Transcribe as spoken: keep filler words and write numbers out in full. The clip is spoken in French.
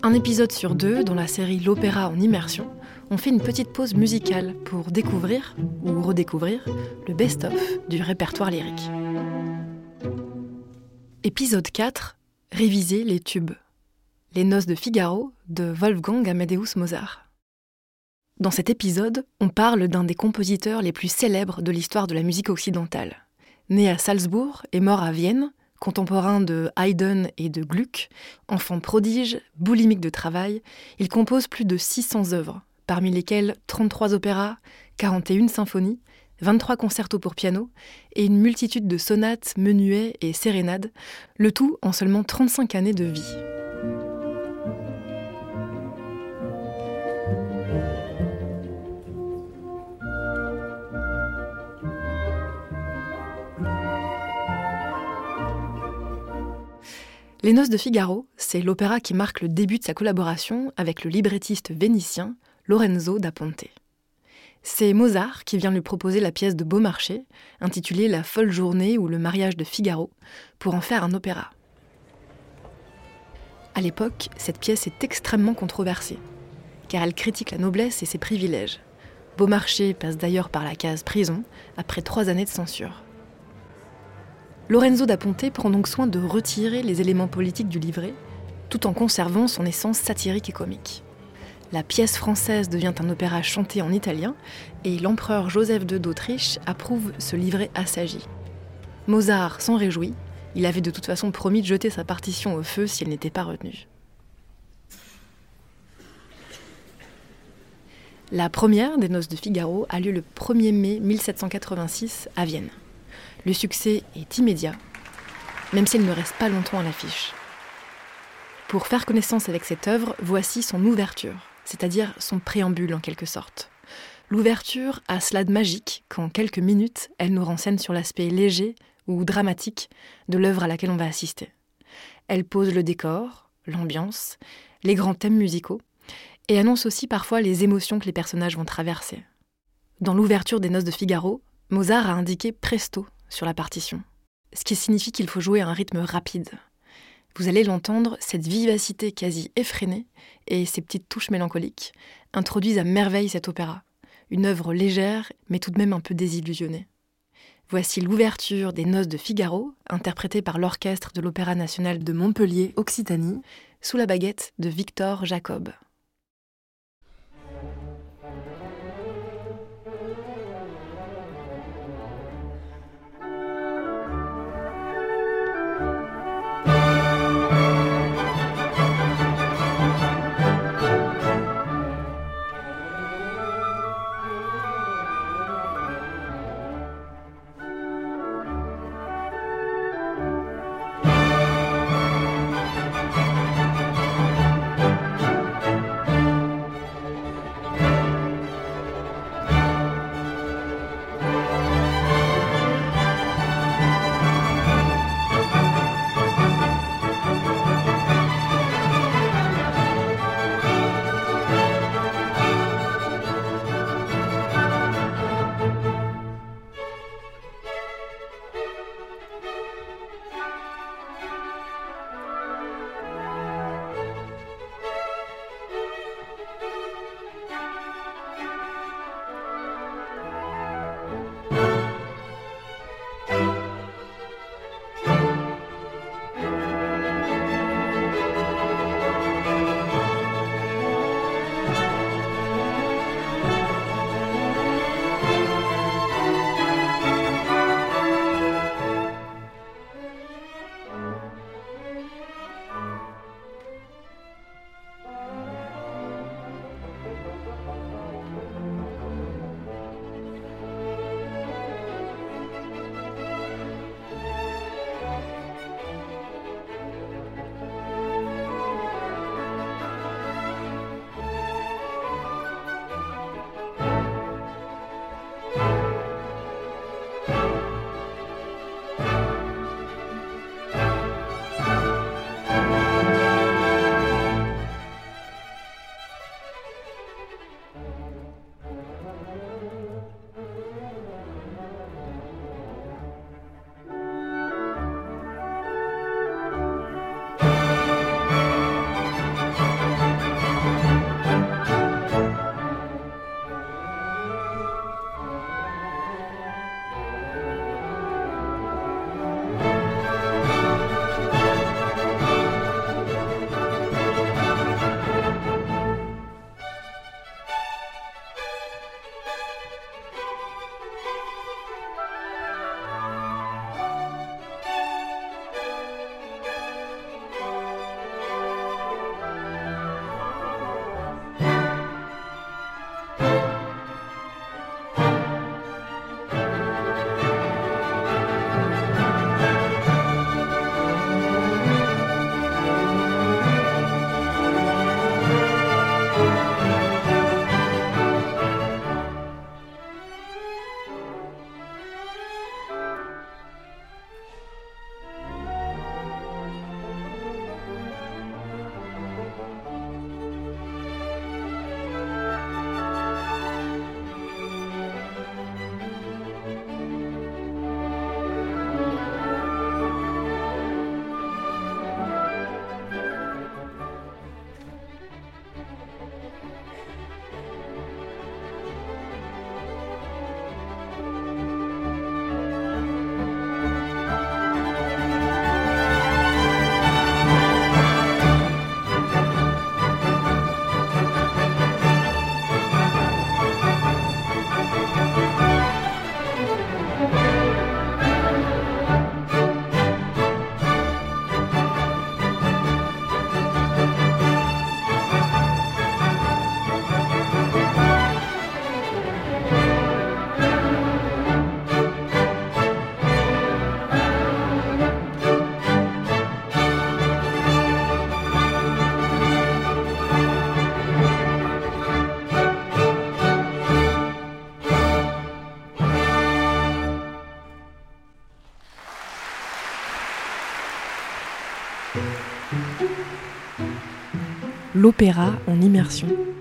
Un épisode sur deux, dans la série L'Opéra en immersion, on fait une petite pause musicale pour découvrir, ou redécouvrir, le best-of du répertoire lyrique. Épisode quatre, réviser les tubes. Les Noces de Figaro de Wolfgang Amadeus Mozart. Dans cet épisode, on parle d'un des compositeurs les plus célèbres de l'histoire de la musique occidentale. Né à Salzbourg et mort à Vienne, contemporain de Haydn et de Gluck, enfant prodige, boulimique de travail, il compose plus de six cents œuvres, parmi lesquelles trente-trois opéras, quarante et une symphonies, vingt-trois concertos pour piano et une multitude de sonates, menuets et sérénades, le tout en seulement trente-cinq années de vie. Les Noces de Figaro, c'est l'opéra qui marque le début de sa collaboration avec le librettiste vénitien Lorenzo da Ponte. C'est Mozart qui vient lui proposer la pièce de Beaumarchais, intitulée La folle journée ou le mariage de Figaro, pour en faire un opéra. À l'époque, cette pièce est extrêmement controversée, car elle critique la noblesse et ses privilèges. Beaumarchais passe d'ailleurs par la case prison, après trois années de censure. Lorenzo da Ponte prend donc soin de retirer les éléments politiques du livret, tout en conservant son essence satirique et comique. La pièce française devient un opéra chanté en italien, et l'empereur Joseph deux d'Autriche approuve ce livret assagi. Mozart s'en réjouit, il avait de toute façon promis de jeter sa partition au feu si elle n'était pas retenue. La première des Noces de Figaro a lieu le premier mai mille sept cent quatre-vingt-six à Vienne. Le succès est immédiat, même s'il ne reste pas longtemps à l'affiche. Pour faire connaissance avec cette œuvre, voici son ouverture, c'est-à-dire son préambule en quelque sorte. L'ouverture a cela de magique qu'en quelques minutes, elle nous renseigne sur l'aspect léger ou dramatique de l'œuvre à laquelle on va assister. Elle pose le décor, l'ambiance, les grands thèmes musicaux, et annonce aussi parfois les émotions que les personnages vont traverser. Dans l'ouverture des Noces de Figaro, Mozart a indiqué presto sur la partition, ce qui signifie qu'il faut jouer à un rythme rapide. Vous allez l'entendre, cette vivacité quasi effrénée et ces petites touches mélancoliques introduisent à merveille cet opéra, une œuvre légère mais tout de même un peu désillusionnée. Voici l'ouverture des Noces de Figaro, interprétée par l'orchestre de l'Opéra national de Montpellier, Occitanie, sous la baguette de Victor Jacob. L'opéra en immersion.